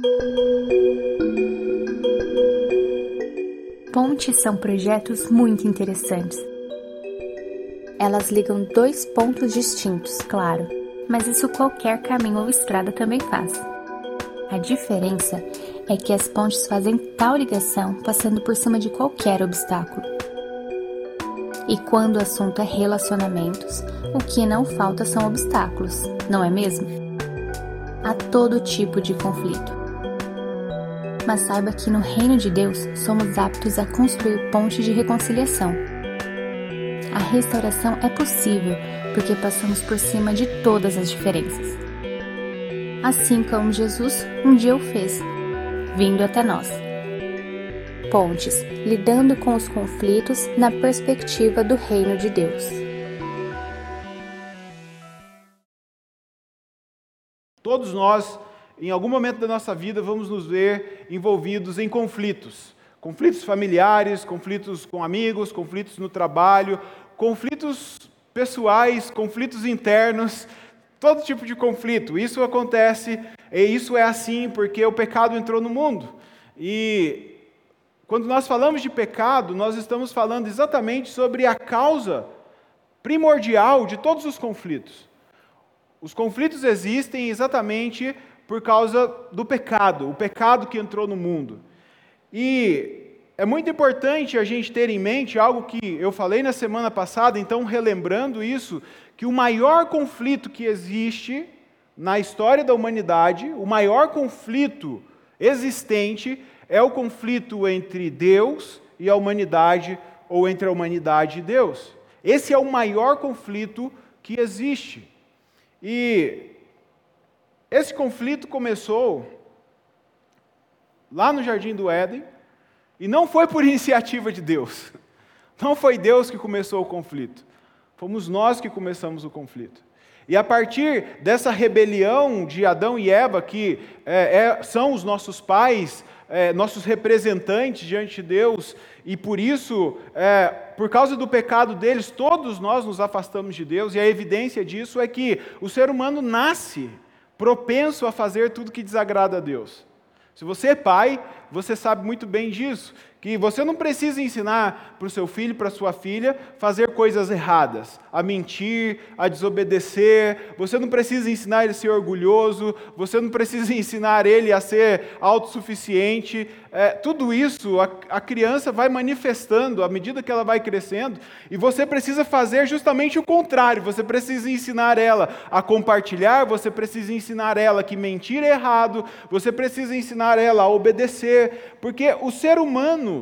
Pontes são projetos muito interessantes. Elas ligam dois pontos distintos, claro, mas isso qualquer caminho ou estrada também faz. A diferença é que as pontes fazem tal ligação passando por cima de qualquer obstáculo. E quando o assunto é relacionamentos, o que não falta são obstáculos, não é mesmo? Há todo tipo de conflito. Mas saiba que no reino de Deus somos aptos a construir pontes de reconciliação. A restauração é possível porque passamos por cima de todas as diferenças. Assim como Jesus um dia o fez, vindo até nós. Pontes, lidando com os conflitos na perspectiva do reino de Deus. Todos nós, em algum momento da nossa vida, vamos nos ver envolvidos em conflitos. Conflitos familiares, conflitos com amigos, conflitos no trabalho, conflitos pessoais, conflitos internos, todo tipo de conflito. Isso acontece, e isso é assim porque o pecado entrou no mundo. E quando nós falamos de pecado, nós estamos falando exatamente sobre a causa primordial de todos os conflitos. Os conflitos existem exatamente por causa do pecado, o pecado que entrou no mundo. E é muito importante a gente ter em mente algo que eu falei na semana passada, então relembrando isso, que o maior conflito que existe na história da humanidade, o maior conflito existente é o conflito entre Deus e a humanidade, ou entre a humanidade e Deus. Esse é o maior conflito que existe. E esse conflito começou lá no Jardim do Éden, e não foi por iniciativa de Deus. Não foi Deus que começou o conflito. Fomos nós que começamos o conflito. E a partir dessa rebelião de Adão e Eva, que são os nossos pais, nossos representantes diante de Deus, e por isso, por causa do pecado deles, todos nós nos afastamos de Deus, e a evidência disso é que o ser humano nasce propenso a fazer tudo que desagrada a Deus. Se você é pai, você sabe muito bem disso, que você não precisa ensinar para o seu filho, para a sua filha, fazer coisas erradas, a mentir, a desobedecer, você não precisa ensinar ele a ser orgulhoso, você não precisa ensinar ele a ser autossuficiente, tudo isso a criança vai manifestando à medida que ela vai crescendo, e você precisa fazer justamente o contrário, você precisa ensinar ela a compartilhar, você precisa ensinar ela que mentir é errado, você precisa ensinar ela a obedecer, porque o ser humano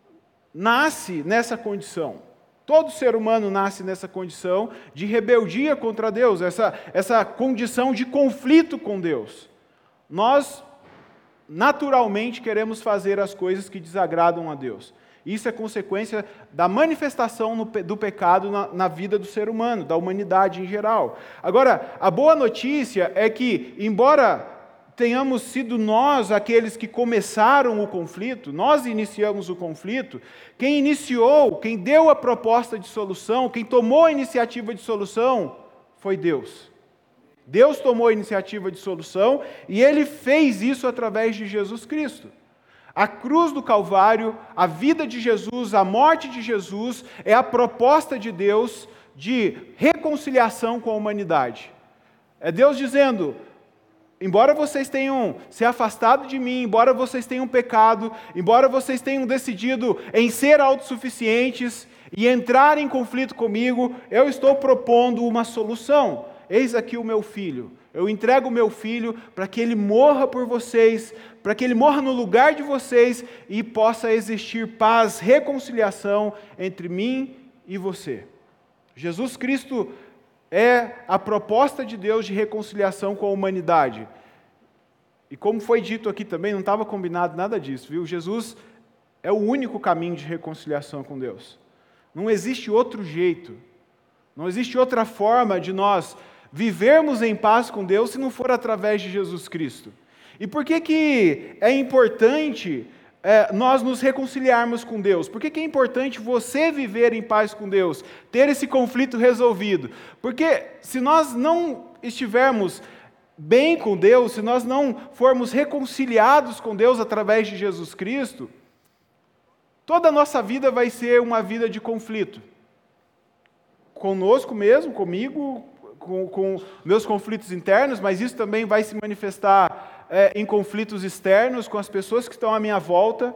nasce nessa condição. Todo ser humano nasce nessa condição de rebeldia contra Deus, essa condição de conflito com Deus. Nós, naturalmente, queremos fazer as coisas que desagradam a Deus. Isso é consequência da manifestação do pecado na vida do ser humano, da humanidade em geral. Agora, a boa notícia é que, embora tenhamos sido nós aqueles que começaram o conflito, nós iniciamos o conflito, quem iniciou, quem deu a proposta de solução, quem tomou a iniciativa de solução, foi Deus. Deus tomou a iniciativa de solução e Ele fez isso através de Jesus Cristo. A cruz do Calvário, a vida de Jesus, a morte de Jesus, é a proposta de Deus de reconciliação com a humanidade. É Deus dizendo: embora vocês tenham se afastado de mim, embora vocês tenham pecado, embora vocês tenham decidido em ser autossuficientes e entrar em conflito comigo, eu estou propondo uma solução. Eis aqui o meu filho. Eu entrego o meu filho para que ele morra por vocês, para que ele morra no lugar de vocês e possa existir paz, reconciliação entre mim e você. Jesus Cristo é a proposta de Deus de reconciliação com a humanidade. E como foi dito aqui também, não estava combinado nada disso, viu? Jesus é o único caminho de reconciliação com Deus. Não existe outro jeito, não existe outra forma de nós vivermos em paz com Deus se não for através de Jesus Cristo. E por que é importante nós nos reconciliarmos com Deus? Por que é importante você viver em paz com Deus, ter esse conflito resolvido? Porque se nós não estivermos bem com Deus, se nós não formos reconciliados com Deus através de Jesus Cristo, toda a nossa vida vai ser uma vida de conflito. Conosco mesmo, comigo, com meus conflitos internos, mas isso também vai se manifestar em conflitos externos com as pessoas que estão à minha volta.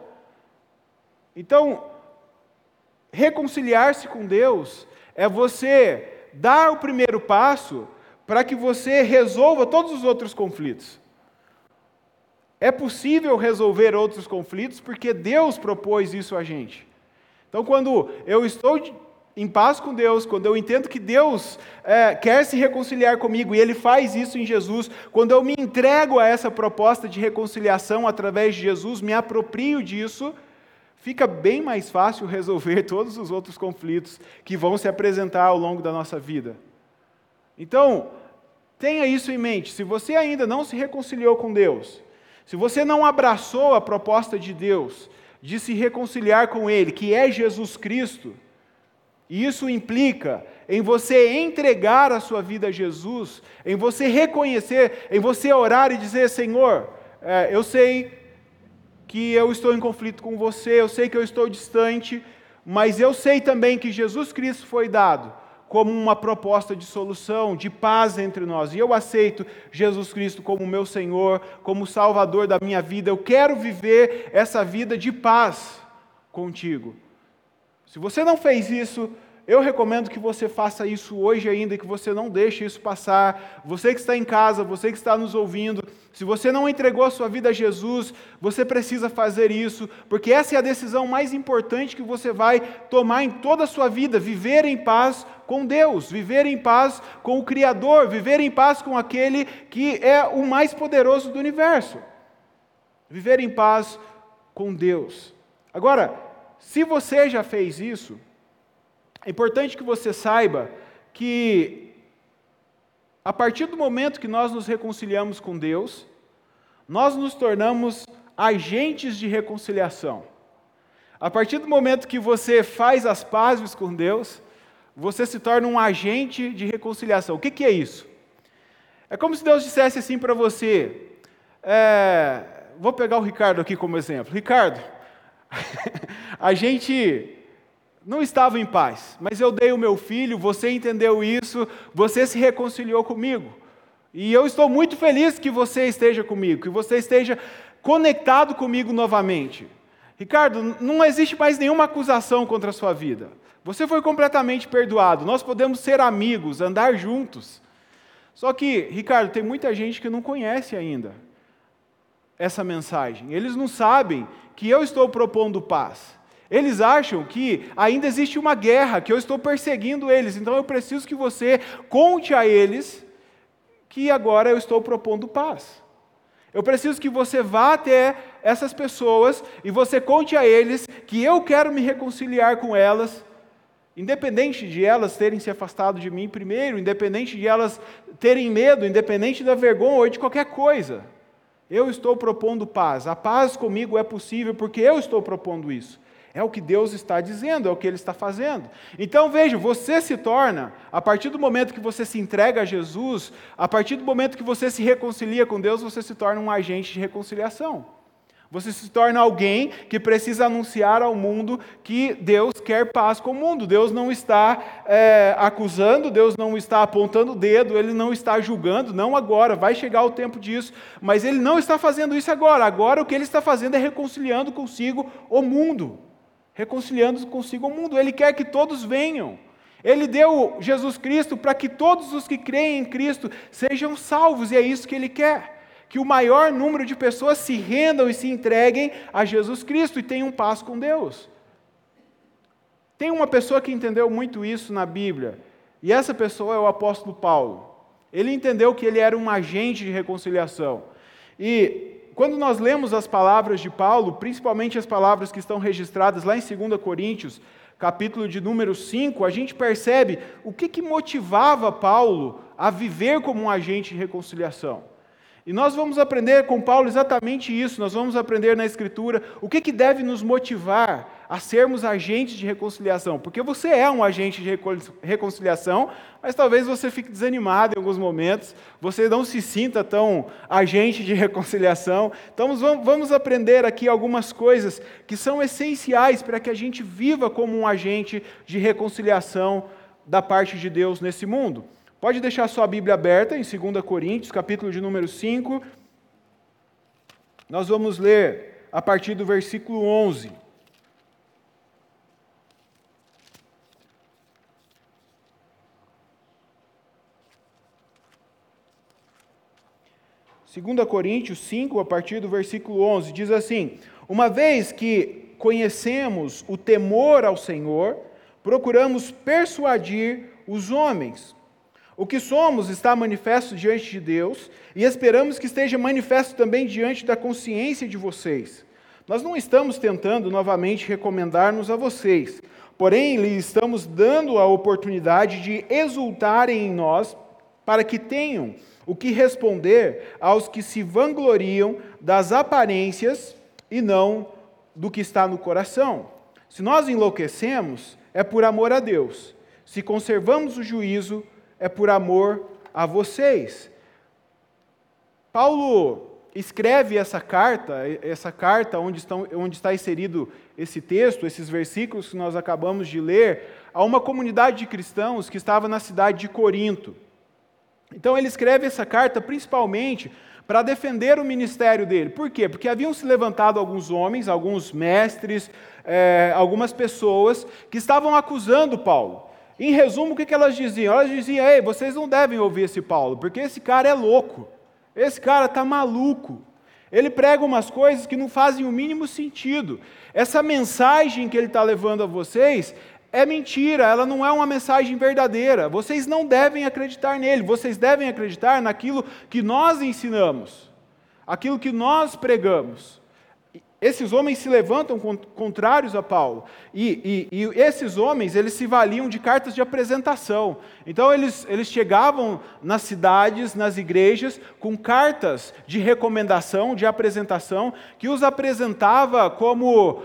Então, reconciliar-se com Deus é você dar o primeiro passo para que você resolva todos os outros conflitos. É possível resolver outros conflitos porque Deus propôs isso a gente. Então, quando eu estou em paz com Deus, quando eu entendo que Deus quer se reconciliar comigo e Ele faz isso em Jesus, quando eu me entrego a essa proposta de reconciliação através de Jesus, me aproprio disso, fica bem mais fácil resolver todos os outros conflitos que vão se apresentar ao longo da nossa vida. Então, tenha isso em mente. Se você ainda não se reconciliou com Deus, se você não abraçou a proposta de Deus de se reconciliar com Ele, que é Jesus Cristo, e isso implica em você entregar a sua vida a Jesus, em você reconhecer, em você orar e dizer: Senhor, eu sei que eu estou em conflito com você, eu sei que eu estou distante, mas eu sei também que Jesus Cristo foi dado como uma proposta de solução, de paz entre nós, e eu aceito Jesus Cristo como meu Senhor, como Salvador da minha vida. Eu quero viver essa vida de paz contigo. Se você não fez isso, eu recomendo que você faça isso hoje ainda, que você não deixe isso passar. Você que está em casa, você que está nos ouvindo, se você não entregou a sua vida a Jesus, você precisa fazer isso, porque essa é a decisão mais importante que você vai tomar em toda a sua vida: viver em paz com Deus, viver em paz com o Criador, viver em paz com aquele que é o mais poderoso do universo. Viver em paz com Deus. Agora, se você já fez isso, é importante que você saiba que, a partir do momento que nós nos reconciliamos com Deus, nós nos tornamos agentes de reconciliação. A partir do momento que você faz as pazes com Deus, você se torna um agente de reconciliação. O que é isso? É como se Deus dissesse assim para você, vou pegar o Ricardo aqui como exemplo. Ricardo, a gente não estava em paz, mas eu dei o meu filho, você entendeu isso, você se reconciliou comigo. E eu estou muito feliz que você esteja comigo, que você esteja conectado comigo novamente. Ricardo, não existe mais nenhuma acusação contra a sua vida. Você foi completamente perdoado, nós podemos ser amigos, andar juntos. Só que, Ricardo, tem muita gente que não conhece ainda essa mensagem. Eles não sabem que eu estou propondo paz. Eles acham que ainda existe uma guerra, que eu estou perseguindo eles. Então eu preciso que você conte a eles que agora eu estou propondo paz. Eu preciso que você vá até essas pessoas e você conte a eles que eu quero me reconciliar com elas, independente de elas terem se afastado de mim primeiro, independente de elas terem medo, independente da vergonha ou de qualquer coisa. Eu estou propondo paz. A paz comigo é possível porque eu estou propondo isso. É o que Deus está dizendo, é o que Ele está fazendo. Então veja, você se torna, a partir do momento que você se entrega a Jesus, a partir do momento que você se reconcilia com Deus, você se torna um agente de reconciliação. Você se torna alguém que precisa anunciar ao mundo que Deus quer paz com o mundo. Deus não está acusando, Deus não está apontando o dedo, Ele não está julgando, não agora, vai chegar o tempo disso, mas Ele não está fazendo isso agora. Agora o que Ele está fazendo é reconciliando consigo o mundo. Reconciliando consigo o mundo. Ele quer que todos venham. Ele deu Jesus Cristo para que todos os que creem em Cristo sejam salvos, e é isso que Ele quer. Que o maior número de pessoas se rendam e se entreguem a Jesus Cristo e tenham paz com Deus. Tem uma pessoa que entendeu muito isso na Bíblia, e essa pessoa é o apóstolo Paulo. Ele entendeu que ele era um agente de reconciliação. E quando nós lemos as palavras de Paulo, principalmente as palavras que estão registradas lá em 2 Coríntios, capítulo de número 5, a gente percebe o que motivava Paulo a viver como um agente de reconciliação. E nós vamos aprender com Paulo exatamente isso, nós vamos aprender na Escritura o que deve nos motivar a sermos agentes de reconciliação, porque você é um agente de reconciliação, mas talvez você fique desanimado em alguns momentos, você não se sinta tão agente de reconciliação. Então vamos aprender aqui algumas coisas que são essenciais para que a gente viva como um agente de reconciliação da parte de Deus nesse mundo. Pode deixar sua Bíblia aberta em 2 Coríntios, capítulo de número 5. Nós vamos ler a partir do versículo 11. Segunda Coríntios 5, a partir do versículo 11, diz assim: uma vez que conhecemos o temor ao Senhor, procuramos persuadir os homens. O que somos está manifesto diante de Deus e esperamos que esteja manifesto também diante da consciência de vocês. Nós não estamos tentando novamente recomendar-nos a vocês, porém lhes estamos dando a oportunidade de exultarem em nós para que tenham o que responder aos que se vangloriam das aparências e não do que está no coração. Se nós enlouquecemos, é por amor a Deus. Se conservamos o juízo, é por amor a vocês. Paulo escreve essa carta onde está inserido esse texto, esses versículos que nós acabamos de ler, a uma comunidade de cristãos que estava na cidade de Corinto. Então ele escreve essa carta principalmente para defender o ministério dele. Por quê? Porque haviam se levantado alguns homens, alguns mestres, algumas pessoas que estavam acusando Paulo. Em resumo, o que elas diziam? Elas diziam: ei, vocês não devem ouvir esse Paulo, porque esse cara é louco, esse cara está maluco, ele prega umas coisas que não fazem o mínimo sentido, essa mensagem que ele está levando a vocês é mentira, ela não é uma mensagem verdadeira, vocês não devem acreditar nele, vocês devem acreditar naquilo que nós ensinamos, aquilo que nós pregamos. Esses homens se levantam contrários a Paulo. E esses homens, eles se valiam de cartas de apresentação. Então, eles chegavam nas cidades, nas igrejas, com cartas de recomendação, de apresentação, que os apresentava como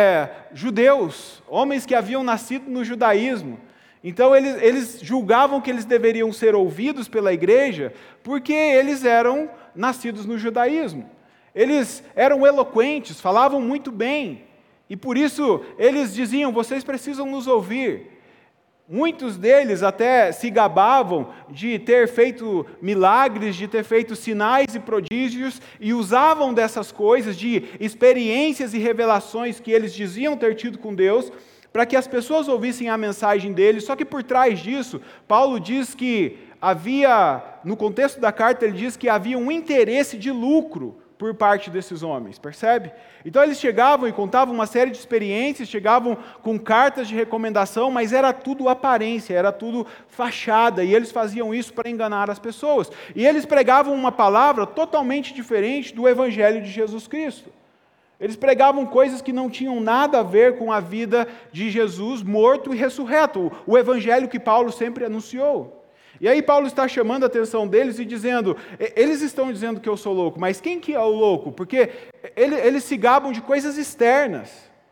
judeus, homens que haviam nascido no judaísmo. Então, eles julgavam que eles deveriam ser ouvidos pela igreja, porque eles eram nascidos no judaísmo. Eles eram eloquentes, falavam muito bem, e por isso eles diziam: vocês precisam nos ouvir. Muitos deles até se gabavam de ter feito milagres, de ter feito sinais e prodígios, e usavam dessas coisas, de experiências e revelações que eles diziam ter tido com Deus, para que as pessoas ouvissem a mensagem deles. Só que por trás disso, Paulo diz que no contexto da carta, ele diz que havia um interesse de lucro por parte desses homens, percebe? Então eles chegavam e contavam uma série de experiências, chegavam com cartas de recomendação, mas era tudo aparência, era tudo fachada, e eles faziam isso para enganar as pessoas. E eles pregavam uma palavra totalmente diferente do Evangelho de Jesus Cristo. Eles pregavam coisas que não tinham nada a ver com a vida de Jesus morto e ressurreto, o Evangelho que Paulo sempre anunciou. E aí Paulo está chamando a atenção deles e dizendo: eles estão dizendo que eu sou louco, mas quem que é o louco? Porque eles se gabam de coisas externas.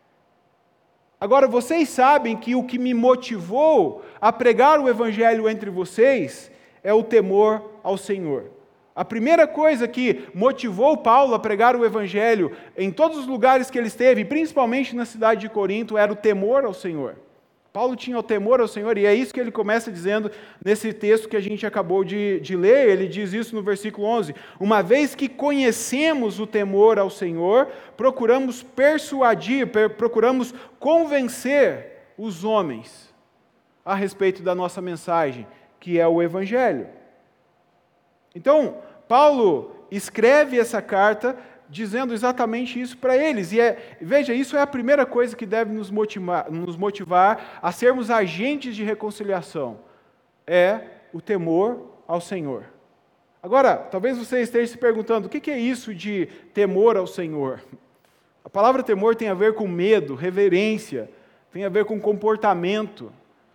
Agora, vocês sabem que o que me motivou a pregar o Evangelho entre vocês é o temor ao Senhor. A primeira coisa que motivou Paulo a pregar o Evangelho em todos os lugares que ele esteve, principalmente na cidade de Corinto, era o temor ao Senhor. Paulo tinha o temor ao Senhor, e é isso que ele começa dizendo nesse texto que a gente acabou de ler. Ele diz isso no versículo 11: uma vez que conhecemos o temor ao Senhor, procuramos persuadir, procuramos convencer os homens a respeito da nossa mensagem, que é o Evangelho. Então, Paulo escreve essa carta dizendo exatamente isso para eles. E veja, isso é a primeira coisa que deve nos motivar a sermos agentes de reconciliação. É o temor ao Senhor. Agora, talvez você esteja se perguntando: o que é isso de temor ao Senhor? A palavra temor tem a ver com medo, reverência, tem a ver com comportamento.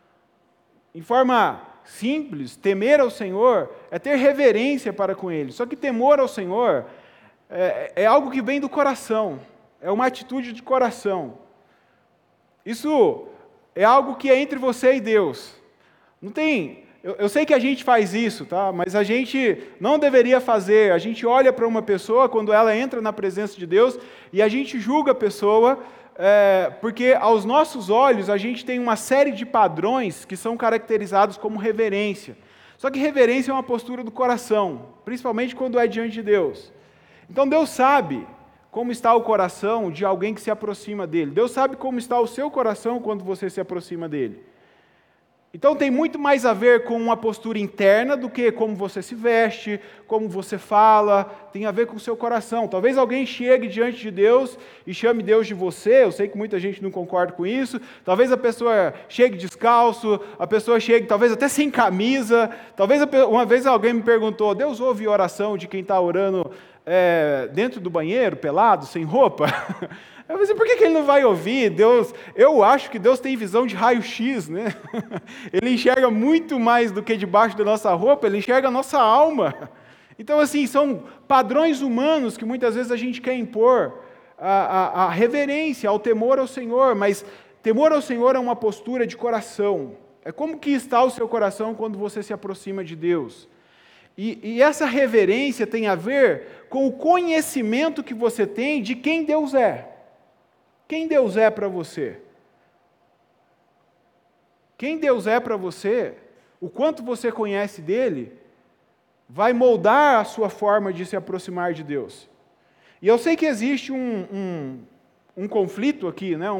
Em forma simples, temer ao Senhor é ter reverência para com Ele. Só que temor ao Senhor é algo que vem do coração, é uma atitude de coração. Isso é algo que é entre você e Deus. Não tem... Eu sei que a gente faz isso, tá? Mas a gente não deveria fazer. A gente olha para uma pessoa quando ela entra na presença de Deus e a gente julga a pessoa, porque aos nossos olhos a gente tem uma série de padrões que são caracterizados como reverência. Só que reverência é uma postura do coração, principalmente quando é diante de Deus. Então Deus sabe como está o coração de alguém que se aproxima dele. Deus sabe como está o seu coração quando você se aproxima dele. Então tem muito mais a ver com uma postura interna do que como você se veste, como você fala, tem a ver com o seu coração. Talvez alguém chegue diante de Deus e chame Deus de você, eu sei que muita gente não concorda com isso, talvez a pessoa chegue descalço, a pessoa chegue talvez até sem camisa, talvez uma vez alguém me perguntou, Deus ouve oração de quem está orando dentro do banheiro, pelado, sem roupa? Eu falei, por que ele não vai ouvir? Deus, eu acho que Deus tem visão de raio-x, né? Ele enxerga muito mais do que debaixo da nossa roupa, ele enxerga a nossa alma. Então, assim, são padrões humanos que muitas vezes a gente quer impor a reverência, ao temor ao Senhor, mas temor ao Senhor é uma postura de coração. É como que está o seu coração quando você se aproxima de Deus. E essa reverência tem a ver com o conhecimento que você tem de quem Deus é. Quem Deus é para você? Quem Deus é para você, o quanto você conhece dele, vai moldar a sua forma de se aproximar de Deus. E eu sei que existe um conflito aqui, né?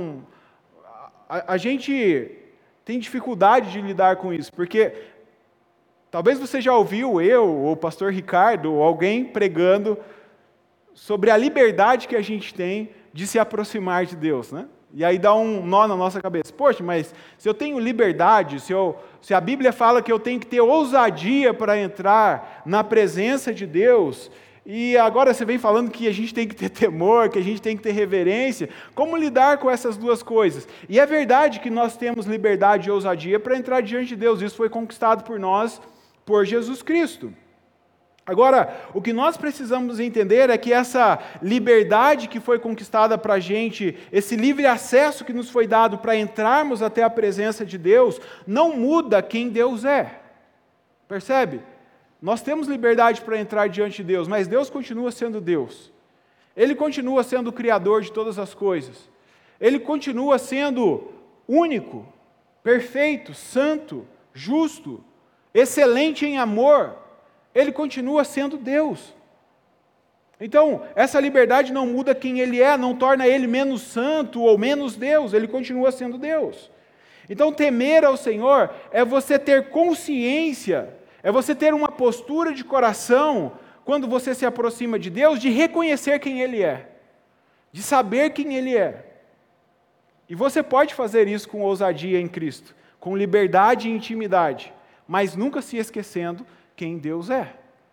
A gente tem dificuldade de lidar com isso, porque talvez você já ouviu eu, ou o pastor Ricardo, ou alguém pregando sobre a liberdade que a gente tem de se aproximar de Deus, né? E aí dá um nó na nossa cabeça. Poxa, mas se eu tenho liberdade, se a Bíblia fala que eu tenho que ter ousadia para entrar na presença de Deus, e agora você vem falando que a gente tem que ter temor, que a gente tem que ter reverência, como lidar com essas duas coisas? E é verdade que nós temos liberdade e ousadia para entrar diante de Deus, isso foi conquistado por nós, por Jesus Cristo. Agora, o que nós precisamos entender é que essa liberdade que foi conquistada para a gente, esse livre acesso que nos foi dado para entrarmos até a presença de Deus, não muda quem Deus é. Percebe? Nós temos liberdade para entrar diante de Deus, mas Deus continua sendo Deus. Ele continua sendo o Criador de todas as coisas. Ele continua sendo único, perfeito, santo, justo, excelente em amor. Ele continua sendo Deus. Então, essa liberdade não muda quem Ele é, não torna Ele menos santo ou menos Deus, Ele continua sendo Deus. Então, temer ao Senhor é você ter consciência, é você ter uma postura de coração, quando você se aproxima de Deus, de reconhecer quem Ele é, de saber quem Ele é. E você pode fazer isso com ousadia em Cristo, com liberdade e intimidade, mas nunca se esquecendo quem Deus é.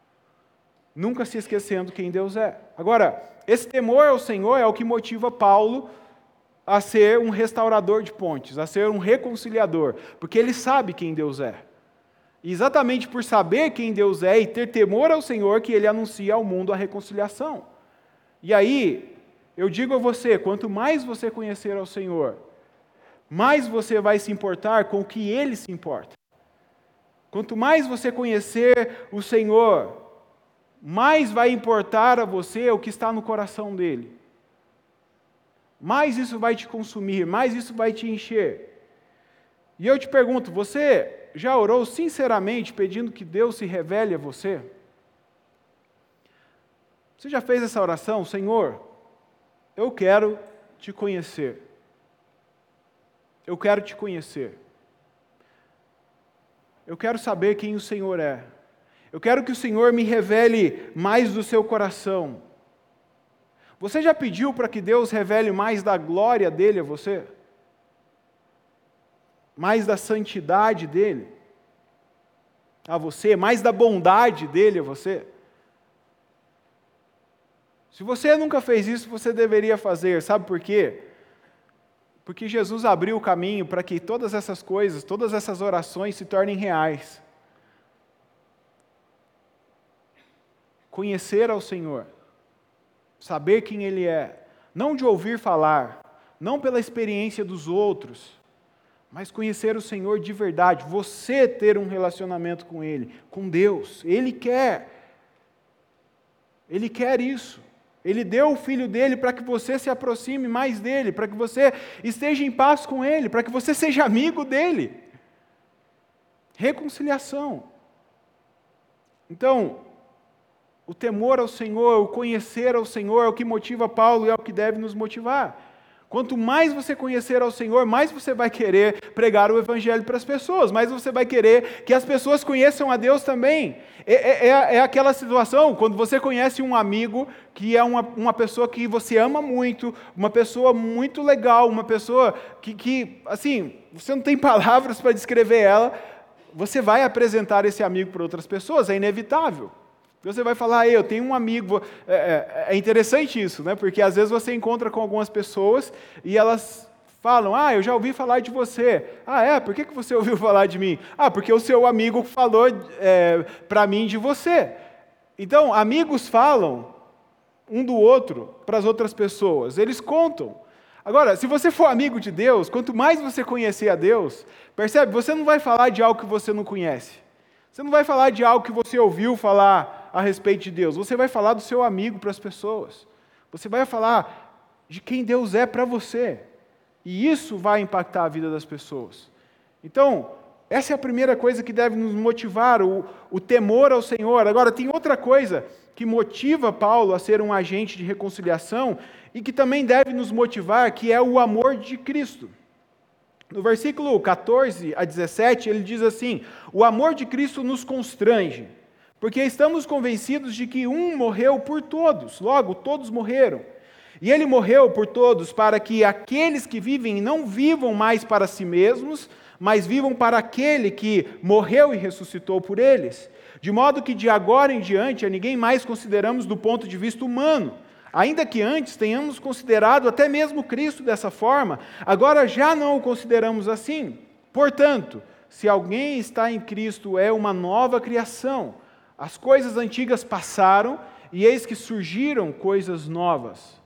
Nunca se esquecendo quem Deus é. Agora, esse temor ao Senhor é o que motiva Paulo a ser um restaurador de pontes, a ser um reconciliador, porque ele sabe quem Deus é. E exatamente por saber quem Deus é e ter temor ao Senhor que ele anuncia ao mundo a reconciliação. E aí, eu digo a você, quanto mais você conhecer ao Senhor, mais você vai se importar com o que Ele se importa. Quanto mais você conhecer o Senhor, mais vai importar a você o que está no coração dEle. Mais isso vai te consumir, mais isso vai te encher. E eu te pergunto, você já orou sinceramente pedindo que Deus se revele a você? Você já fez essa oração? Senhor, eu quero te conhecer. Eu quero te conhecer. Eu quero saber quem o Senhor é. Eu quero que o Senhor me revele mais do seu coração. Você já pediu para que Deus revele mais da glória dEle a você? Mais da santidade dEle a você? Mais da bondade dEle a você? Se você nunca fez isso, você deveria fazer. Sabe por quê? Porque Jesus abriu o caminho para que todas essas coisas, todas essas orações se tornem reais. Conhecer ao Senhor, saber quem Ele é, não de ouvir falar, não pela experiência dos outros, mas conhecer o Senhor de verdade, você ter um relacionamento com Ele, com Deus. Ele quer isso. Ele deu o Filho dele para que você se aproxime mais dele, para que você esteja em paz com Ele, para que você seja amigo dele. Reconciliação. Então, o temor ao Senhor, o conhecer ao Senhor é o que motiva Paulo e é o que deve nos motivar. Quanto mais você conhecer ao Senhor, mais você vai querer pregar o Evangelho para as pessoas, mais você vai querer que as pessoas conheçam a Deus também. É aquela situação, quando você conhece um amigo que é uma pessoa que você ama muito, uma pessoa muito legal, uma pessoa que assim, você não tem palavras para descrever ela, você vai apresentar esse amigo para outras pessoas, é inevitável. Você vai falar, eu tenho um amigo. É interessante isso, né? Porque às vezes você encontra com algumas pessoas e elas falam, eu já ouvi falar de você. Por que você ouviu falar de mim? Porque o seu amigo falou para mim de você. Então, amigos falam um do outro para as outras pessoas, eles contam. Agora, se você for amigo de Deus, quanto mais você conhecer a Deus, percebe? Você não vai falar de algo que você não conhece. Você não vai falar de algo que você ouviu falar a respeito de Deus. Você vai falar do seu amigo para as pessoas. Você vai falar de quem Deus é para você. E isso vai impactar a vida das pessoas. Então, essa é a primeira coisa que deve nos motivar, o temor ao Senhor. Agora, tem outra coisa que motiva Paulo a ser um agente de reconciliação e que também deve nos motivar, que é o amor de Cristo. No versículo 14 a 17, ele diz assim: o amor de Cristo nos constrange, porque estamos convencidos de que um morreu por todos, logo todos morreram. E ele morreu por todos para que aqueles que vivem não vivam mais para si mesmos, mas vivam para aquele que morreu e ressuscitou por eles. De modo que de agora em diante a ninguém mais consideramos do ponto de vista humano. Ainda que antes tenhamos considerado até mesmo Cristo dessa forma, agora já não o consideramos assim. Portanto, se alguém está em Cristo, é uma nova criação. As coisas antigas passaram e eis que surgiram coisas novas.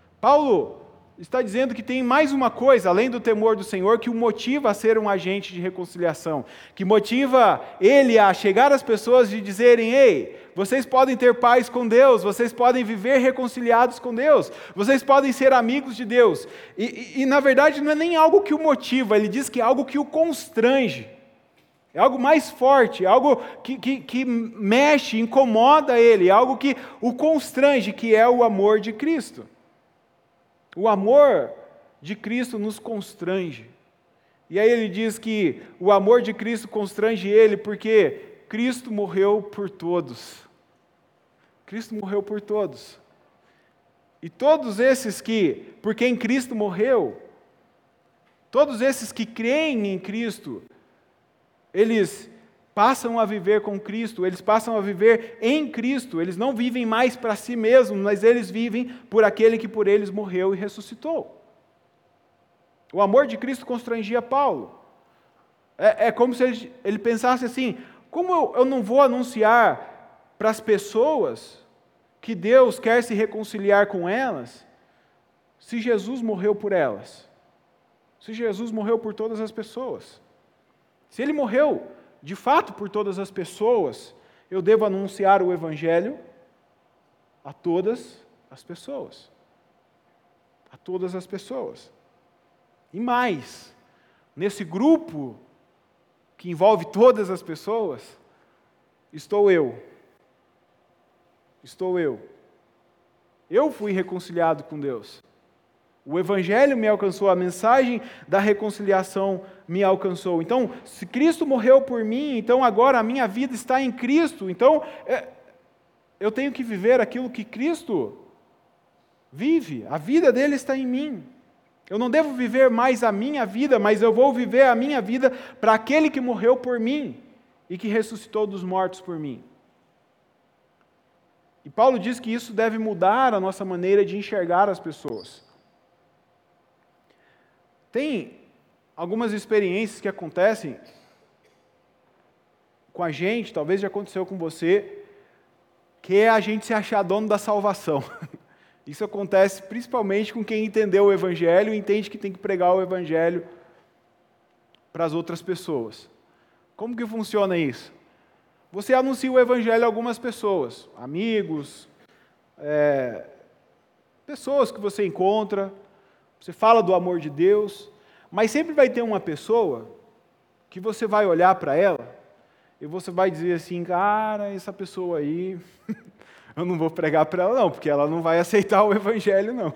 Paulo está dizendo que tem mais uma coisa, além do temor do Senhor, que o motiva a ser um agente de reconciliação, que motiva ele a chegar às pessoas e dizerem: ei, vocês podem ter paz com Deus, vocês podem viver reconciliados com Deus, vocês podem ser amigos de Deus. E na verdade não é nem algo que o motiva, ele diz que é algo que o constrange. É algo mais forte, é algo que mexe, incomoda ele, é algo que o constrange, que é o amor de Cristo. O amor de Cristo nos constrange. E aí ele diz que o amor de Cristo constrange ele porque Cristo morreu por todos. Cristo morreu por todos. E todos esses que, por quem Cristo morreu, todos esses que creem em Cristo, eles passam a viver com Cristo, eles passam a viver em Cristo, eles não vivem mais para si mesmos, mas eles vivem por aquele que por eles morreu e ressuscitou. O amor de Cristo constrangia Paulo. É como se ele pensasse assim: como eu não vou anunciar para as pessoas que Deus quer se reconciliar com elas, se Jesus morreu por elas? Se Jesus morreu por todas as pessoas? Se Ele morreu de fato por todas as pessoas, eu devo anunciar o Evangelho a todas as pessoas. A todas as pessoas. E mais, nesse grupo que envolve todas as pessoas, estou eu. Estou eu. Eu fui reconciliado com Deus. O Evangelho me alcançou, a mensagem da reconciliação me alcançou. Então, se Cristo morreu por mim, então agora a minha vida está em Cristo. Então, eu tenho que viver aquilo que Cristo vive. A vida dele está em mim. Eu não devo viver mais a minha vida, mas eu vou viver a minha vida para aquele que morreu por mim e que ressuscitou dos mortos por mim. E Paulo diz que isso deve mudar a nossa maneira de enxergar as pessoas. Tem algumas experiências que acontecem com a gente, talvez já aconteceu com você, que é a gente se achar dono da salvação. Isso acontece principalmente com quem entendeu o Evangelho e entende que tem que pregar o Evangelho para as outras pessoas. Como que funciona isso? Você anuncia o Evangelho a algumas pessoas, amigos, pessoas que você encontra, você fala do amor de Deus, mas sempre vai ter uma pessoa que você vai olhar para ela e você vai dizer assim, cara, essa pessoa aí, eu não vou pregar para ela não, porque ela não vai aceitar o Evangelho não.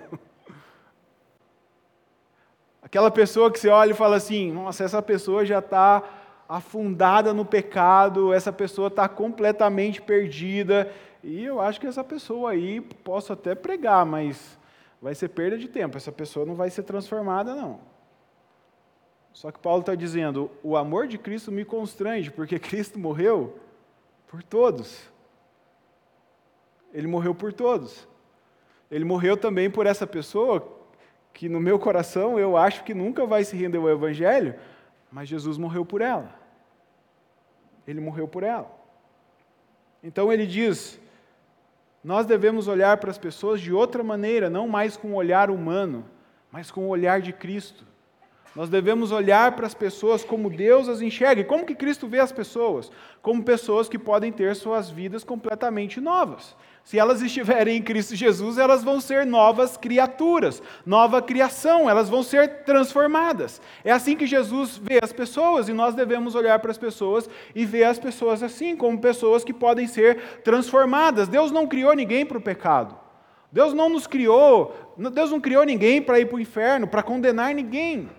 Aquela pessoa que você olha e fala assim, nossa, essa pessoa já está afundada no pecado, essa pessoa está completamente perdida, e eu acho que essa pessoa aí, posso até pregar, mas vai ser perda de tempo, essa pessoa não vai ser transformada não. Só que Paulo está dizendo, o amor de Cristo me constrange, porque Cristo morreu por todos. Ele morreu por todos. Ele morreu também por essa pessoa que no meu coração eu acho que nunca vai se render ao Evangelho, mas Jesus morreu por ela. Ele morreu por ela. Então ele diz, nós devemos olhar para as pessoas de outra maneira, não mais com o olhar humano, mas com o olhar de Cristo. Nós devemos olhar para as pessoas como Deus as enxerga. E como que Cristo vê as pessoas? Como pessoas que podem ter suas vidas completamente novas. Se elas estiverem em Cristo Jesus, elas vão ser novas criaturas, nova criação, elas vão ser transformadas. É assim que Jesus vê as pessoas, e nós devemos olhar para as pessoas e ver as pessoas assim, como pessoas que podem ser transformadas. Deus não criou ninguém para o pecado. Deus não criou ninguém para ir para o inferno, para condenar ninguém.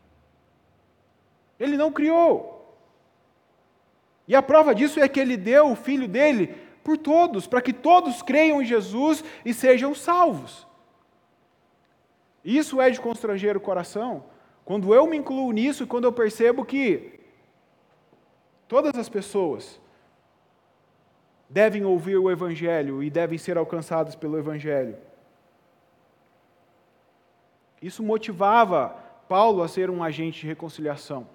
Ele não criou. E a prova disso é que Ele deu o Filho dele por todos, para que todos creiam em Jesus e sejam salvos. Isso é de constranger o coração, quando eu me incluo nisso e quando eu percebo que todas as pessoas devem ouvir o Evangelho e devem ser alcançadas pelo Evangelho. Isso motivava Paulo a ser um agente de reconciliação.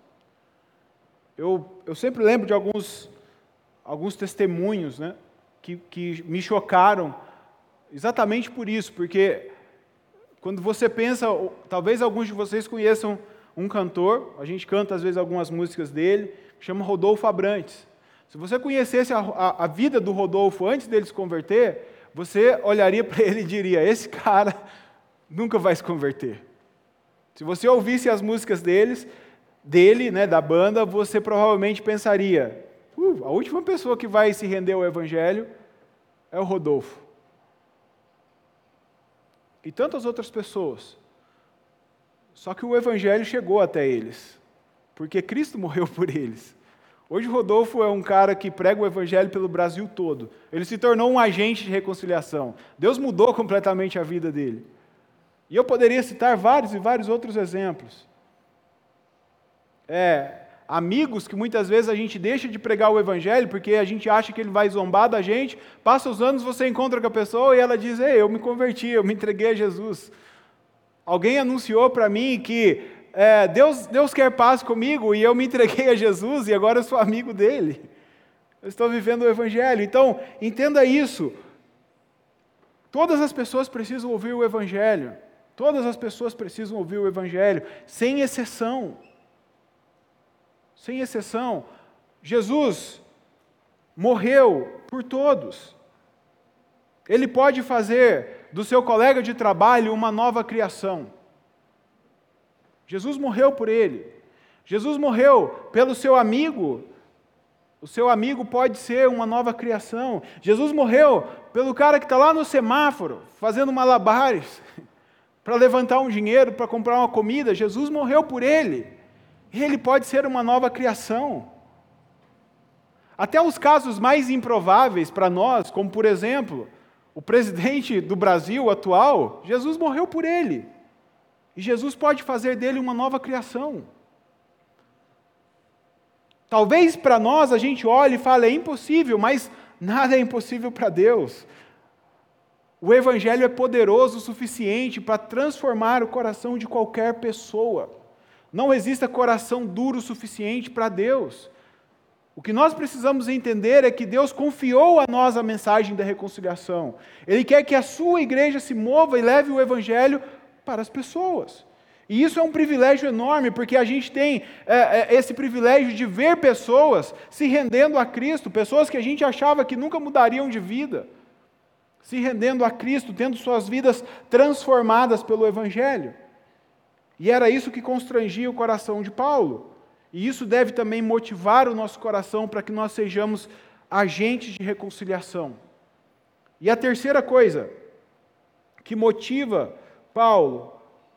Eu sempre lembro de alguns testemunhos, né, que me chocaram exatamente por isso, porque quando você pensa, talvez alguns de vocês conheçam um cantor, a gente canta às vezes algumas músicas dele, que chama Rodolfo Abrantes. Se você conhecesse a vida do Rodolfo antes dele se converter, você olharia para ele e diria, esse cara nunca vai se converter. Se você ouvisse as músicas dele, né, da banda, você provavelmente pensaria, a última pessoa que vai se render ao Evangelho é o Rodolfo. E tantas outras pessoas. Só que o Evangelho chegou até eles, porque Cristo morreu por eles. Hoje o Rodolfo é um cara que prega o Evangelho pelo Brasil todo. Ele se tornou um agente de reconciliação. Deus mudou completamente a vida dele. E eu poderia citar vários e vários outros exemplos. Amigos que muitas vezes a gente deixa de pregar o Evangelho porque a gente acha que ele vai zombar da gente, passa os anos, você encontra com a pessoa e ela diz, ei, eu me converti, eu me entreguei a Jesus. Alguém anunciou para mim que Deus quer paz comigo e eu me entreguei a Jesus e agora eu sou amigo dele. Eu estou vivendo o Evangelho. Então, entenda isso. Todas as pessoas precisam ouvir o Evangelho. Todas as pessoas precisam ouvir o Evangelho, sem exceção. Sem exceção. Jesus morreu por todos. Ele pode fazer do seu colega de trabalho uma nova criação. Jesus morreu por ele. Jesus morreu pelo seu amigo. O seu amigo pode ser uma nova criação. Jesus morreu pelo cara que está lá no semáforo, fazendo malabares, para levantar um dinheiro, para comprar uma comida. Jesus morreu por ele. Ele pode ser uma nova criação. Até os casos mais improváveis para nós, como por exemplo, o presidente do Brasil atual, Jesus morreu por ele. E Jesus pode fazer dele uma nova criação. Talvez para nós a gente olhe e fale, é impossível, mas nada é impossível para Deus. O Evangelho é poderoso o suficiente para transformar o coração de qualquer pessoa. Não existe coração duro o suficiente para Deus. O que nós precisamos entender é que Deus confiou a nós a mensagem da reconciliação. Ele quer que a sua igreja se mova e leve o evangelho para as pessoas. E isso é um privilégio enorme, porque a gente tem esse privilégio de ver pessoas se rendendo a Cristo, pessoas que a gente achava que nunca mudariam de vida, se rendendo a Cristo, tendo suas vidas transformadas pelo evangelho. E era isso que constrangia o coração de Paulo. E isso deve também motivar o nosso coração para que nós sejamos agentes de reconciliação. E a terceira coisa que motiva Paulo,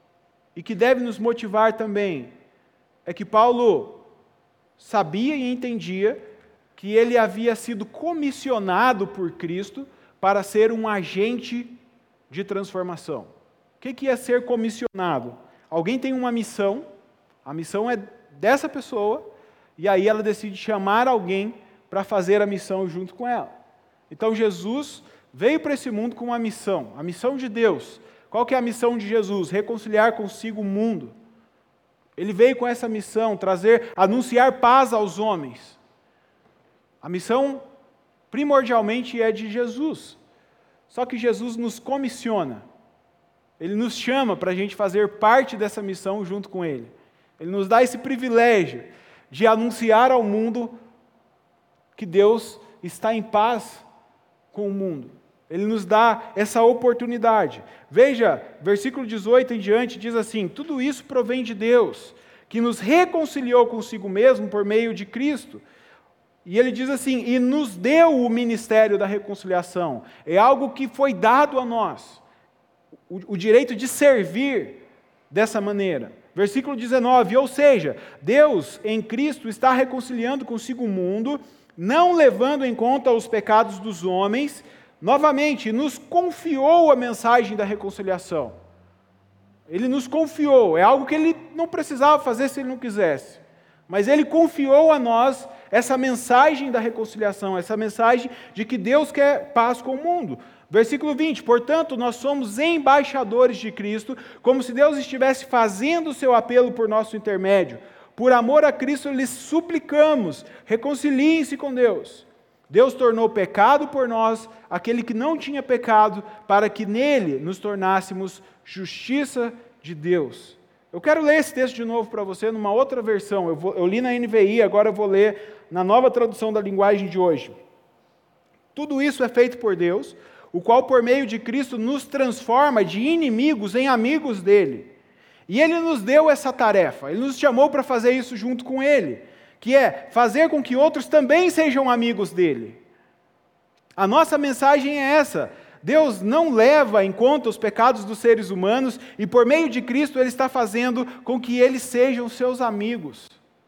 e que deve nos motivar também, é que Paulo sabia e entendia que ele havia sido comissionado por Cristo para ser um agente de transformação. O que é ser comissionado? Alguém tem uma missão, a missão é dessa pessoa, e aí ela decide chamar alguém para fazer a missão junto com ela. Então Jesus veio para esse mundo com uma missão, a missão de Deus. Qual que é a missão de Jesus? Reconciliar consigo o mundo. Ele veio com essa missão, anunciar paz aos homens. A missão primordialmente é de Jesus. Só que Jesus nos comissiona. Ele nos chama para a gente fazer parte dessa missão junto com Ele. Ele nos dá esse privilégio de anunciar ao mundo que Deus está em paz com o mundo. Ele nos dá essa oportunidade. Veja, versículo 18 em diante diz assim: tudo isso provém de Deus, que nos reconciliou consigo mesmo por meio de Cristo. E ele diz assim, e nos deu o ministério da reconciliação. É algo que foi dado a nós, o direito de servir dessa maneira. Versículo 19, ou seja, Deus em Cristo está reconciliando consigo o mundo, não levando em conta os pecados dos homens, novamente, nos confiou a mensagem da reconciliação. Ele nos confiou, é algo que ele não precisava fazer se ele não quisesse, mas ele confiou a nós essa mensagem da reconciliação, essa mensagem de que Deus quer paz com o mundo. Versículo 20, portanto, nós somos embaixadores de Cristo, como se Deus estivesse fazendo o seu apelo por nosso intermédio. Por amor a Cristo, lhes suplicamos, reconciliem-se com Deus. Deus tornou pecado por nós, aquele que não tinha pecado, para que nele nos tornássemos justiça de Deus. Eu quero ler esse texto de novo para você, numa outra versão. Eu li na NVI, agora eu vou ler na nova tradução da linguagem de hoje. Tudo isso é feito por Deus, o qual por meio de Cristo nos transforma de inimigos em amigos dele. E ele nos deu essa tarefa, ele nos chamou para fazer isso junto com ele, que é fazer com que outros também sejam amigos dele. A nossa mensagem é essa: Deus não leva em conta os pecados dos seres humanos e por meio de Cristo Ele está fazendo com que eles sejam seus amigos.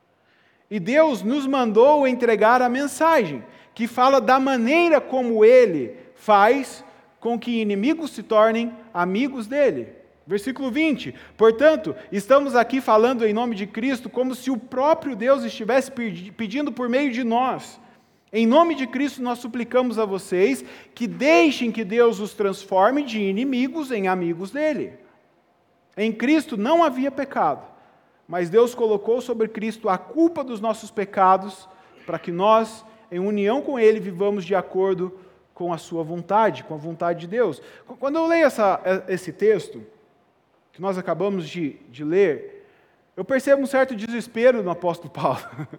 E Deus nos mandou entregar a mensagem, que fala da maneira como Ele faz com que inimigos se tornem amigos dele. Versículo 20, portanto, estamos aqui falando em nome de Cristo como se o próprio Deus estivesse pedindo por meio de nós. Em nome de Cristo nós suplicamos a vocês que deixem que Deus os transforme de inimigos em amigos dele. Em Cristo não havia pecado, mas Deus colocou sobre Cristo a culpa dos nossos pecados para que nós, em união com Ele, vivamos de acordo com a sua vontade, com a vontade de Deus. Quando eu leio esse texto, que nós acabamos de ler, eu percebo um certo desespero no apóstolo Paulo.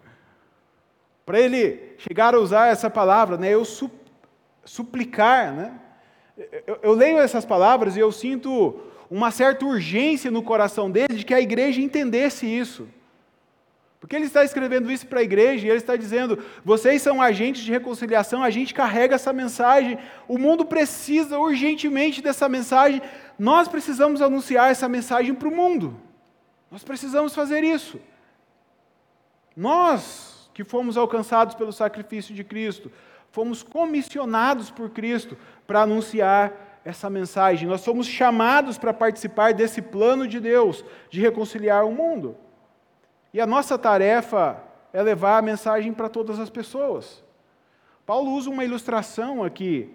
Para ele chegar a usar essa palavra, né, suplicar. Né? Eu leio essas palavras e eu sinto uma certa urgência no coração dele de que a igreja entendesse isso. Porque ele está escrevendo isso para a igreja e ele está dizendo, vocês são agentes de reconciliação, a gente carrega essa mensagem, o mundo precisa urgentemente dessa mensagem, nós precisamos anunciar essa mensagem para o mundo. Nós precisamos fazer isso. Nós, que fomos alcançados pelo sacrifício de Cristo, fomos comissionados por Cristo para anunciar essa mensagem. Nós somos chamados para participar desse plano de Deus, de reconciliar o mundo. E a nossa tarefa é levar a mensagem para todas as pessoas. Paulo usa uma ilustração aqui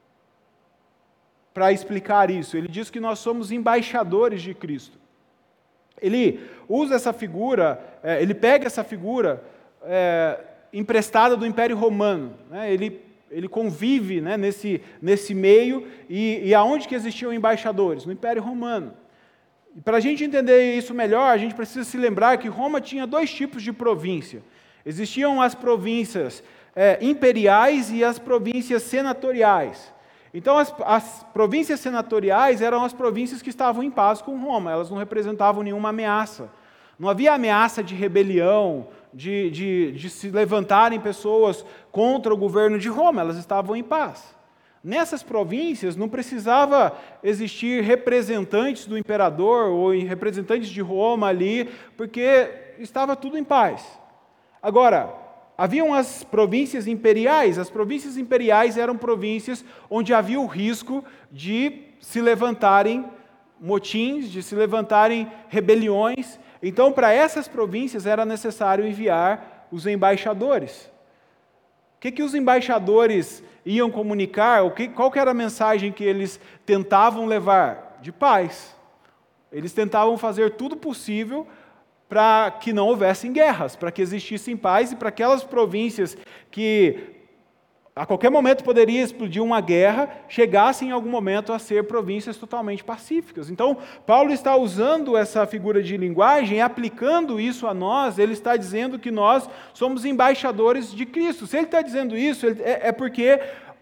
para explicar isso. Ele diz que nós somos embaixadores de Cristo. Ele usa essa figura, ele pega essa figura emprestada do Império Romano, né? Ele convive, né, nesse meio, e aonde que existiam embaixadores? No Império Romano. E para a gente entender isso melhor, a gente precisa se lembrar que Roma tinha 2 tipos de província. Existiam as províncias imperiais e as províncias senatoriais. Então, as províncias senatoriais eram as províncias que estavam em paz com Roma, elas não representavam nenhuma ameaça. Não havia ameaça de rebelião, de se levantarem pessoas contra o governo de Roma, elas estavam em paz. Nessas províncias não precisava existir representantes do imperador ou representantes de Roma ali, porque estava tudo em paz. Agora, haviam as províncias imperiais. As províncias imperiais eram províncias onde havia o risco de se levantarem motins, de se levantarem rebeliões. Então, para essas províncias era necessário enviar os embaixadores. O que os embaixadores iam comunicar? Qual que era a mensagem que eles tentavam levar? De paz. Eles tentavam fazer tudo possível para que não houvessem guerras, para que existissem paz e para aquelas províncias que a qualquer momento poderia explodir uma guerra, chegassem em algum momento a ser províncias totalmente pacíficas. Então, Paulo está usando essa figura de linguagem, aplicando isso a nós, ele está dizendo que nós somos embaixadores de Cristo. Se ele está dizendo isso, é porque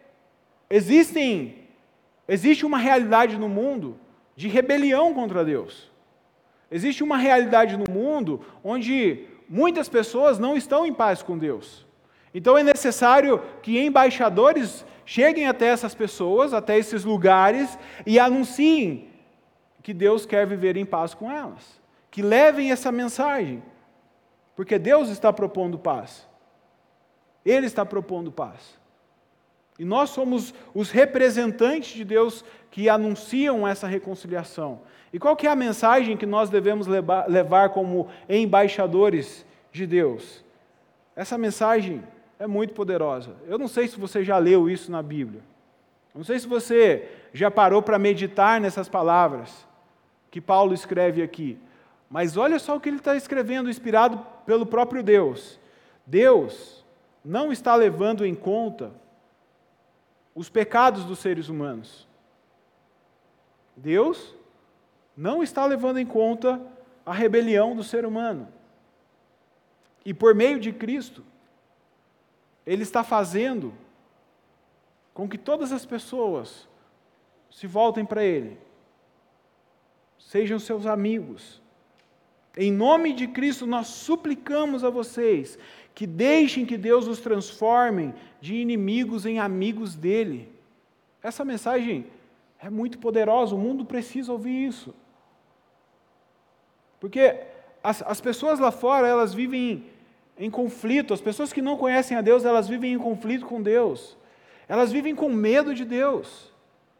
existe uma realidade no mundo de rebelião contra Deus. Existe uma realidade no mundo onde muitas pessoas não estão em paz com Deus. Então é necessário que embaixadores cheguem até essas pessoas, até esses lugares, e anunciem que Deus quer viver em paz com elas. Que levem essa mensagem, porque Deus está propondo paz. Ele está propondo paz. E nós somos os representantes de Deus que anunciam essa reconciliação. E qual que é a mensagem que nós devemos levar como embaixadores de Deus? Essa mensagem é muito poderosa. Eu não sei se você já leu isso na Bíblia. Eu não sei se você já parou para meditar nessas palavras que Paulo escreve aqui. Mas olha só o que ele está escrevendo, inspirado pelo próprio Deus. Deus não está levando em conta os pecados dos seres humanos. Deus não está levando em conta a rebelião do ser humano. E por meio de Cristo, Ele está fazendo com que todas as pessoas se voltem para Ele, sejam seus amigos. Em nome de Cristo, nós suplicamos a vocês que deixem que Deus os transforme de inimigos em amigos dEle. Essa mensagem é muito poderosa, o mundo precisa ouvir isso. Porque as pessoas lá fora, elas vivem em conflito, as pessoas que não conhecem a Deus, elas vivem em conflito com Deus. Elas vivem com medo de Deus.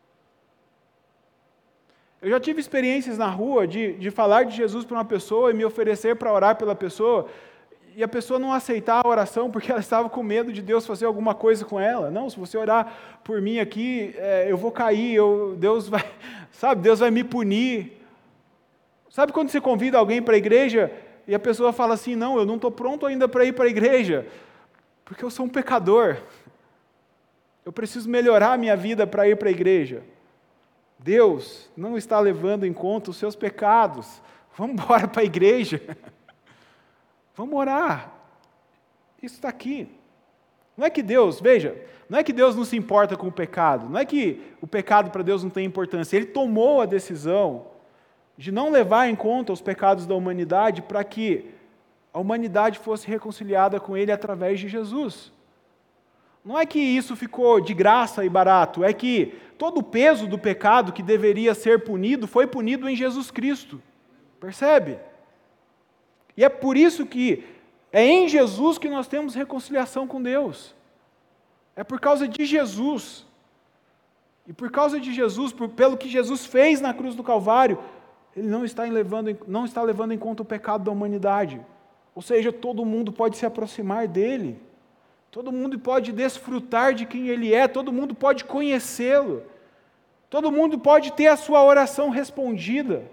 Eu já tive experiências na rua de falar de Jesus para uma pessoa e me oferecer para orar pela pessoa, e a pessoa não aceitar a oração porque ela estava com medo de Deus fazer alguma coisa com ela. Não, se você orar por mim aqui, eu vou cair, Deus vai me punir. Sabe quando você convida alguém para a igreja e a pessoa fala assim, não, eu não estou pronto ainda para ir para a igreja, porque eu sou um pecador. Eu preciso melhorar a minha vida para ir para a igreja. Deus não está levando em conta os seus pecados. Vamos embora para a igreja. Vamos orar. Isso está aqui. Não é que Deus, veja, não é que Deus não se importa com o pecado, não é que o pecado para Deus não tem importância. Ele tomou a decisão de não levar em conta os pecados da humanidade para que a humanidade fosse reconciliada com Ele através de Jesus. Não é que isso ficou de graça e barato, é que todo o peso do pecado que deveria ser punido foi punido em Jesus Cristo. Percebe? E é por isso que é em Jesus que nós temos reconciliação com Deus. É por causa de Jesus. E por causa de Jesus, pelo que Jesus fez na cruz do Calvário, Ele não está levando em conta o pecado da humanidade. Ou seja, todo mundo pode se aproximar dEle. Todo mundo pode desfrutar de quem Ele é. Todo mundo pode conhecê-lo. Todo mundo pode ter a sua oração respondida.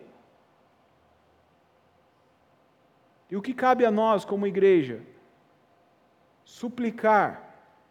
E o que cabe a nós como igreja? suplicar,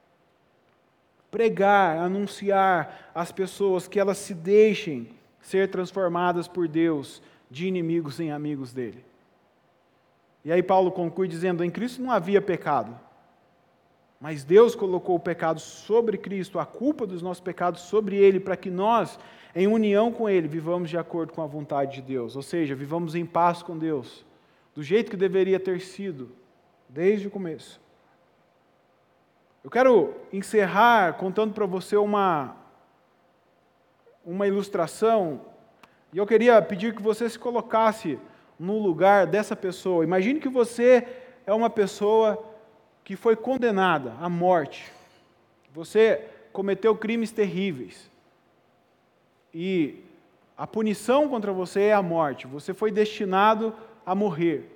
pregar, anunciar às pessoas que elas se deixem ser transformadas por Deus de inimigos em amigos dele. E aí Paulo conclui dizendo: em Cristo não havia pecado, mas Deus colocou o pecado sobre Cristo, a culpa dos nossos pecados sobre Ele, para que nós, em união com Ele, vivamos de acordo com a vontade de Deus, ou seja, vivamos em paz com Deus, do jeito que deveria ter sido, desde o começo. Eu quero encerrar contando para você uma ilustração, e eu queria pedir que você se colocasse no lugar dessa pessoa. Imagine que você é uma pessoa que foi condenada à morte. Você cometeu crimes terríveis. E a punição contra você é a morte. Você foi destinado a morrer.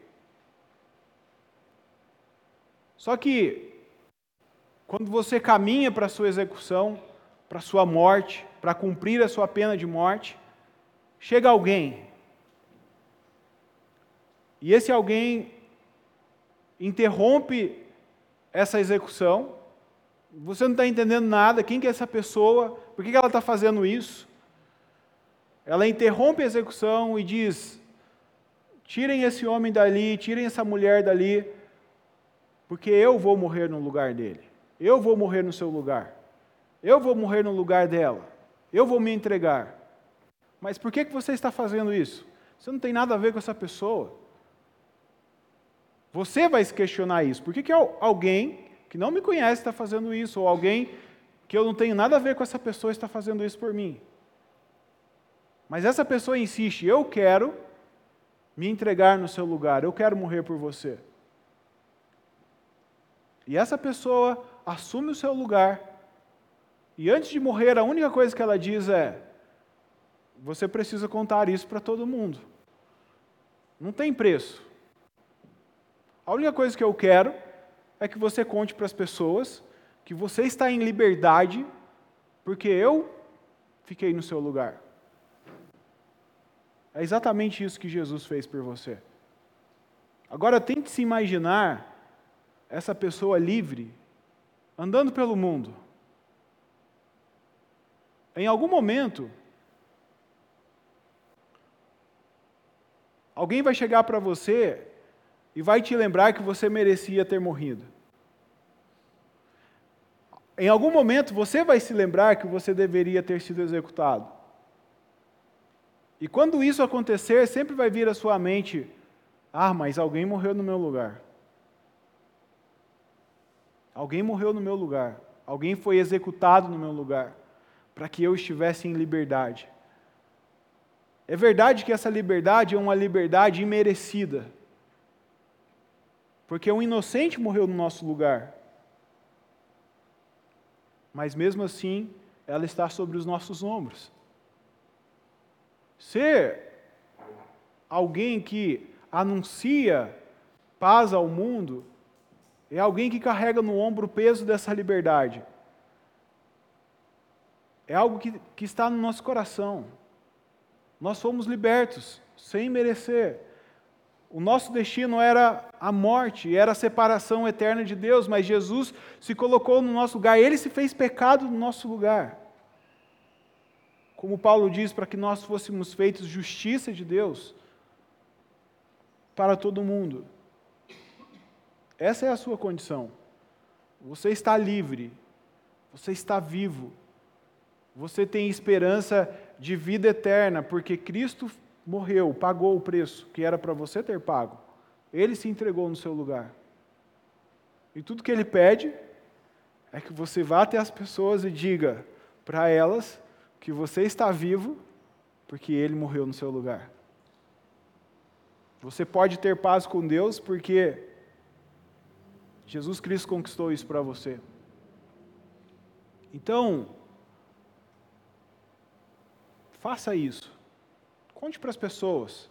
Só que, quando você caminha para a sua execução, para a sua morte, para cumprir a sua pena de morte, chega alguém. E esse alguém interrompe essa execução. Você não está entendendo nada. Quem que é essa pessoa? Por que ela está fazendo isso? Ela interrompe a execução e diz: tirem esse homem dali, tirem essa mulher dali, porque eu vou morrer no lugar dele. Eu vou morrer no seu lugar. Eu vou morrer no lugar dela. Eu vou me entregar. Mas por que você está fazendo isso? Você não tem nada a ver com essa pessoa. Você vai se questionar isso. Por que alguém que não me conhece está fazendo isso? Ou alguém que eu não tenho nada a ver com essa pessoa está fazendo isso por mim? Mas essa pessoa insiste: eu quero me entregar no seu lugar. Eu quero morrer por você. E essa pessoa assume o seu lugar. E antes de morrer, a única coisa que ela diz é: você precisa contar isso para todo mundo. Não tem preço. A única coisa que eu quero é que você conte para as pessoas que você está em liberdade porque eu fiquei no seu lugar. É exatamente isso que Jesus fez por você. Agora tente se imaginar essa pessoa livre, andando pelo mundo. Em algum momento, alguém vai chegar para você e vai te lembrar que você merecia ter morrido. Em algum momento você vai se lembrar que você deveria ter sido executado. E quando isso acontecer, sempre vai vir à sua mente: ah, mas alguém morreu no meu lugar. Alguém morreu no meu lugar. Alguém foi executado no meu lugar, para que eu estivesse em liberdade. É verdade que essa liberdade é uma liberdade imerecida, porque um inocente morreu no nosso lugar. Mas mesmo assim, ela está sobre os nossos ombros. Ser alguém que anuncia paz ao mundo é alguém que carrega no ombro o peso dessa liberdade. É algo que está no nosso coração. Nós fomos libertos, sem merecer. O nosso destino era a morte, era a separação eterna de Deus, mas Jesus se colocou no nosso lugar, Ele se fez pecado no nosso lugar. Como Paulo diz, para que nós fôssemos feitos justiça de Deus para todo mundo. Essa é a sua condição. Você está livre, você está vivo, você tem esperança de vida eterna, porque Cristo morreu, pagou o preço que era para você ter pago. Ele se entregou no seu lugar. E tudo que Ele pede é que você vá até as pessoas e diga para elas que você está vivo, porque Ele morreu no seu lugar. Você pode ter paz com Deus, porque Jesus Cristo conquistou isso para você. Então, faça isso. Conte para as pessoas.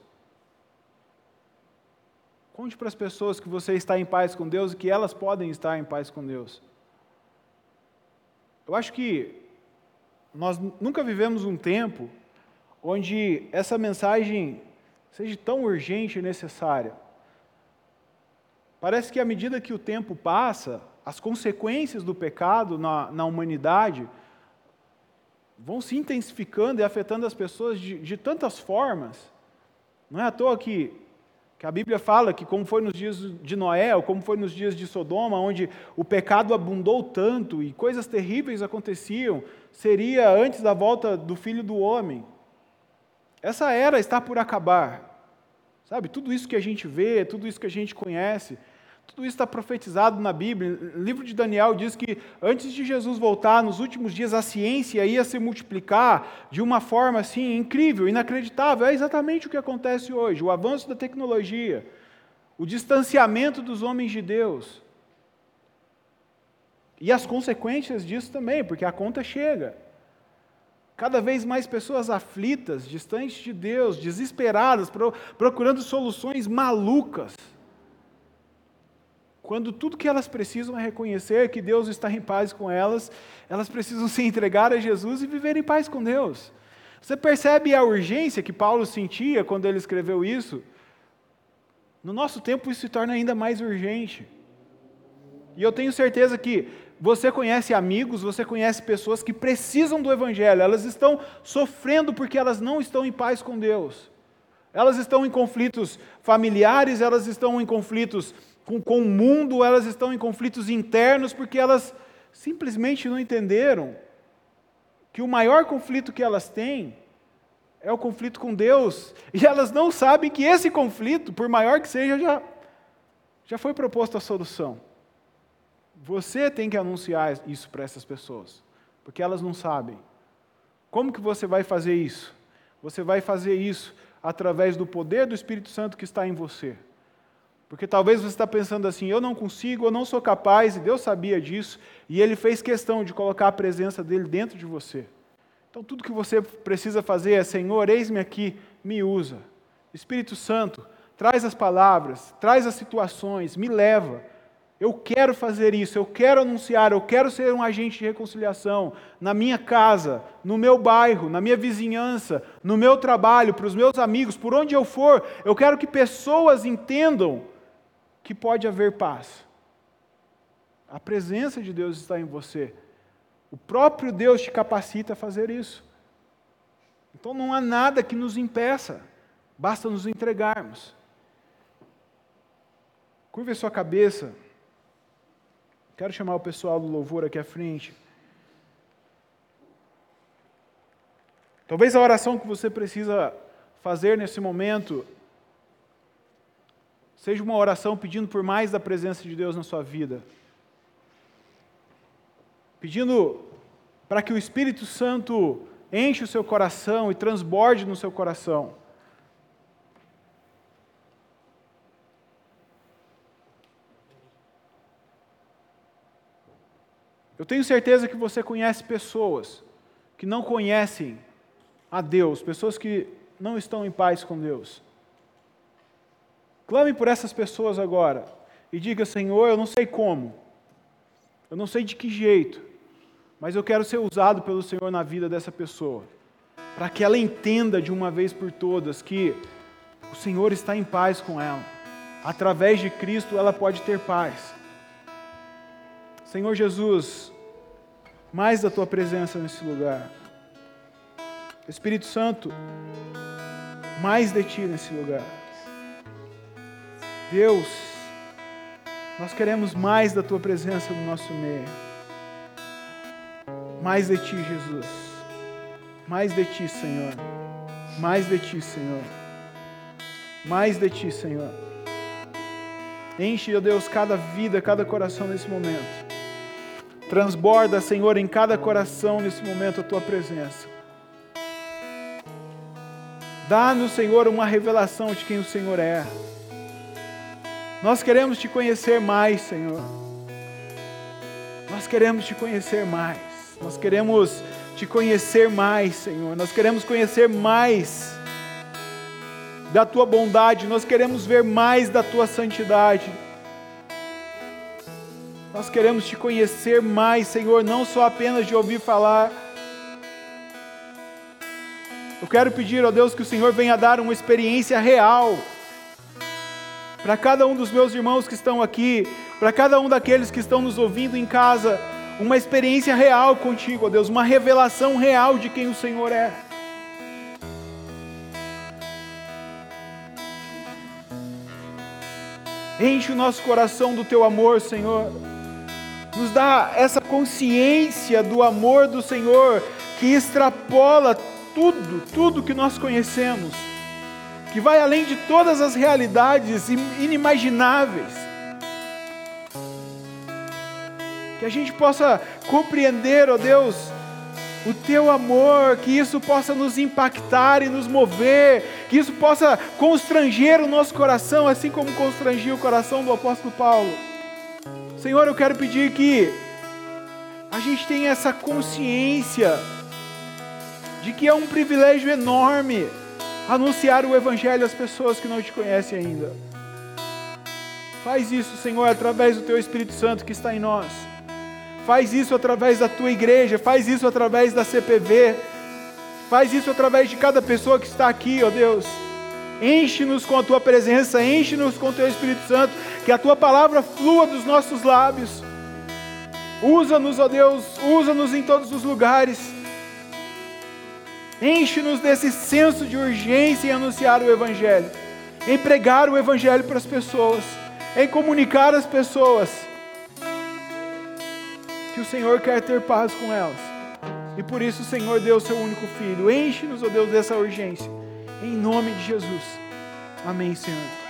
Conte para as pessoas que você está em paz com Deus e que elas podem estar em paz com Deus. Eu acho que nós nunca vivemos um tempo onde essa mensagem seja tão urgente e necessária. Parece que à medida que o tempo passa, as consequências do pecado na humanidade vão se intensificando e afetando as pessoas de tantas formas. Não é à toa que a Bíblia fala que como foi nos dias de Noé, ou como foi nos dias de Sodoma, onde o pecado abundou tanto e coisas terríveis aconteciam, seria antes da volta do Filho do Homem. Essa era está por acabar. Sabe, tudo isso que a gente vê, tudo isso que a gente conhece, tudo isso está profetizado na Bíblia. O livro de Daniel diz que antes de Jesus voltar, nos últimos dias, a ciência ia se multiplicar de uma forma assim incrível, inacreditável. É exatamente o que acontece hoje. O avanço da tecnologia, o distanciamento dos homens de Deus. E as consequências disso também, porque a conta chega. Cada vez mais pessoas aflitas, distantes de Deus, desesperadas, procurando soluções malucas. Quando tudo que elas precisam é reconhecer que Deus está em paz com elas, elas precisam se entregar a Jesus e viver em paz com Deus. Você percebe a urgência que Paulo sentia quando ele escreveu isso? No nosso tempo isso se torna ainda mais urgente. E eu tenho certeza que você conhece amigos, você conhece pessoas que precisam do Evangelho, elas estão sofrendo porque elas não estão em paz com Deus. Elas estão em conflitos familiares, elas estão em conflitos com o mundo, elas estão em conflitos internos porque elas simplesmente não entenderam que o maior conflito que elas têm é o conflito com Deus, e elas não sabem que esse conflito, por maior que seja, já foi proposta a solução. Você tem que anunciar isso para essas pessoas, porque elas não sabem. Como que você vai fazer isso? Você vai fazer isso através do poder do Espírito Santo que está em você. Porque talvez você está pensando assim, eu não consigo, eu não sou capaz, e Deus sabia disso, e Ele fez questão de colocar a presença dEle dentro de você. Então tudo que você precisa fazer é, Senhor, eis-me aqui, me usa. Espírito Santo, traz as palavras, traz as situações, me leva. Eu quero fazer isso, eu quero anunciar, eu quero ser um agente de reconciliação na minha casa, no meu bairro, na minha vizinhança, no meu trabalho, para os meus amigos, por onde eu for. Eu quero que pessoas entendam que pode haver paz. A presença de Deus está em você. O próprio Deus te capacita a fazer isso. Então não há nada que nos impeça, basta nos entregarmos. Curve a sua cabeça. Quero chamar o pessoal do louvor aqui à frente. Talvez a oração que você precisa fazer nesse momento seja uma oração pedindo por mais da presença de Deus na sua vida. Pedindo para que o Espírito Santo enche o seu coração e transborde no seu coração. Eu tenho certeza que você conhece pessoas que não conhecem a Deus, pessoas que não estão em paz com Deus. Clame por essas pessoas agora e diga, Senhor, eu não sei como, eu não sei de que jeito, mas eu quero ser usado pelo Senhor na vida dessa pessoa, para que ela entenda de uma vez por todas que o Senhor está em paz com ela. Através de Cristo ela pode ter paz. Senhor Jesus, mais da Tua presença nesse lugar. Espírito Santo, mais de Ti nesse lugar. Deus, nós queremos mais da Tua presença no nosso meio. Mais de Ti, Jesus. Mais de Ti, Senhor. Mais de Ti, Senhor. Mais de Ti, Senhor. Enche, ó Deus, cada vida, cada coração nesse momento. Transborda, Senhor, em cada coração nesse momento a Tua presença. Dá-nos, Senhor, uma revelação de quem o Senhor é. Nós queremos Te conhecer mais, Senhor. Nós queremos Te conhecer mais. Nós queremos Te conhecer mais, Senhor. Nós queremos conhecer mais da Tua bondade. Nós queremos ver mais da Tua santidade. Nós queremos Te conhecer mais, Senhor, não só apenas de ouvir falar. Eu quero pedir, ó Deus, que o Senhor venha dar uma experiência real para cada um dos meus irmãos que estão aqui, para cada um daqueles que estão nos ouvindo em casa, uma experiência real contigo, ó Deus, uma revelação real de quem o Senhor é. Enche o nosso coração do teu amor, Senhor. Nos dá essa consciência do amor do Senhor que extrapola tudo que nós conhecemos, que vai além de todas as realidades inimagináveis. Que a gente possa compreender, ó Deus, o teu amor, que isso possa nos impactar e nos mover, que isso possa constranger o nosso coração, assim como constrangiu o coração do apóstolo Paulo. Senhor, eu quero pedir que a gente tenha essa consciência de que é um privilégio enorme anunciar o Evangelho às pessoas que não te conhecem ainda. Faz isso, Senhor, através do teu Espírito Santo que está em nós. Faz isso através da tua igreja, faz isso através da CPV, faz isso através de cada pessoa que está aqui, ó Deus. Enche-nos com a tua presença, enche-nos com o teu Espírito Santo, que a tua palavra flua dos nossos lábios. Usa-nos, ó Deus, usa-nos em todos os lugares. Enche-nos desse senso de urgência em anunciar o Evangelho, em pregar o Evangelho para as pessoas, em comunicar às pessoas que o Senhor quer ter paz com elas. E por isso o Senhor deu o seu único Filho. Enche-nos, ó Deus, dessa urgência. Em nome de Jesus. Amém, Senhor.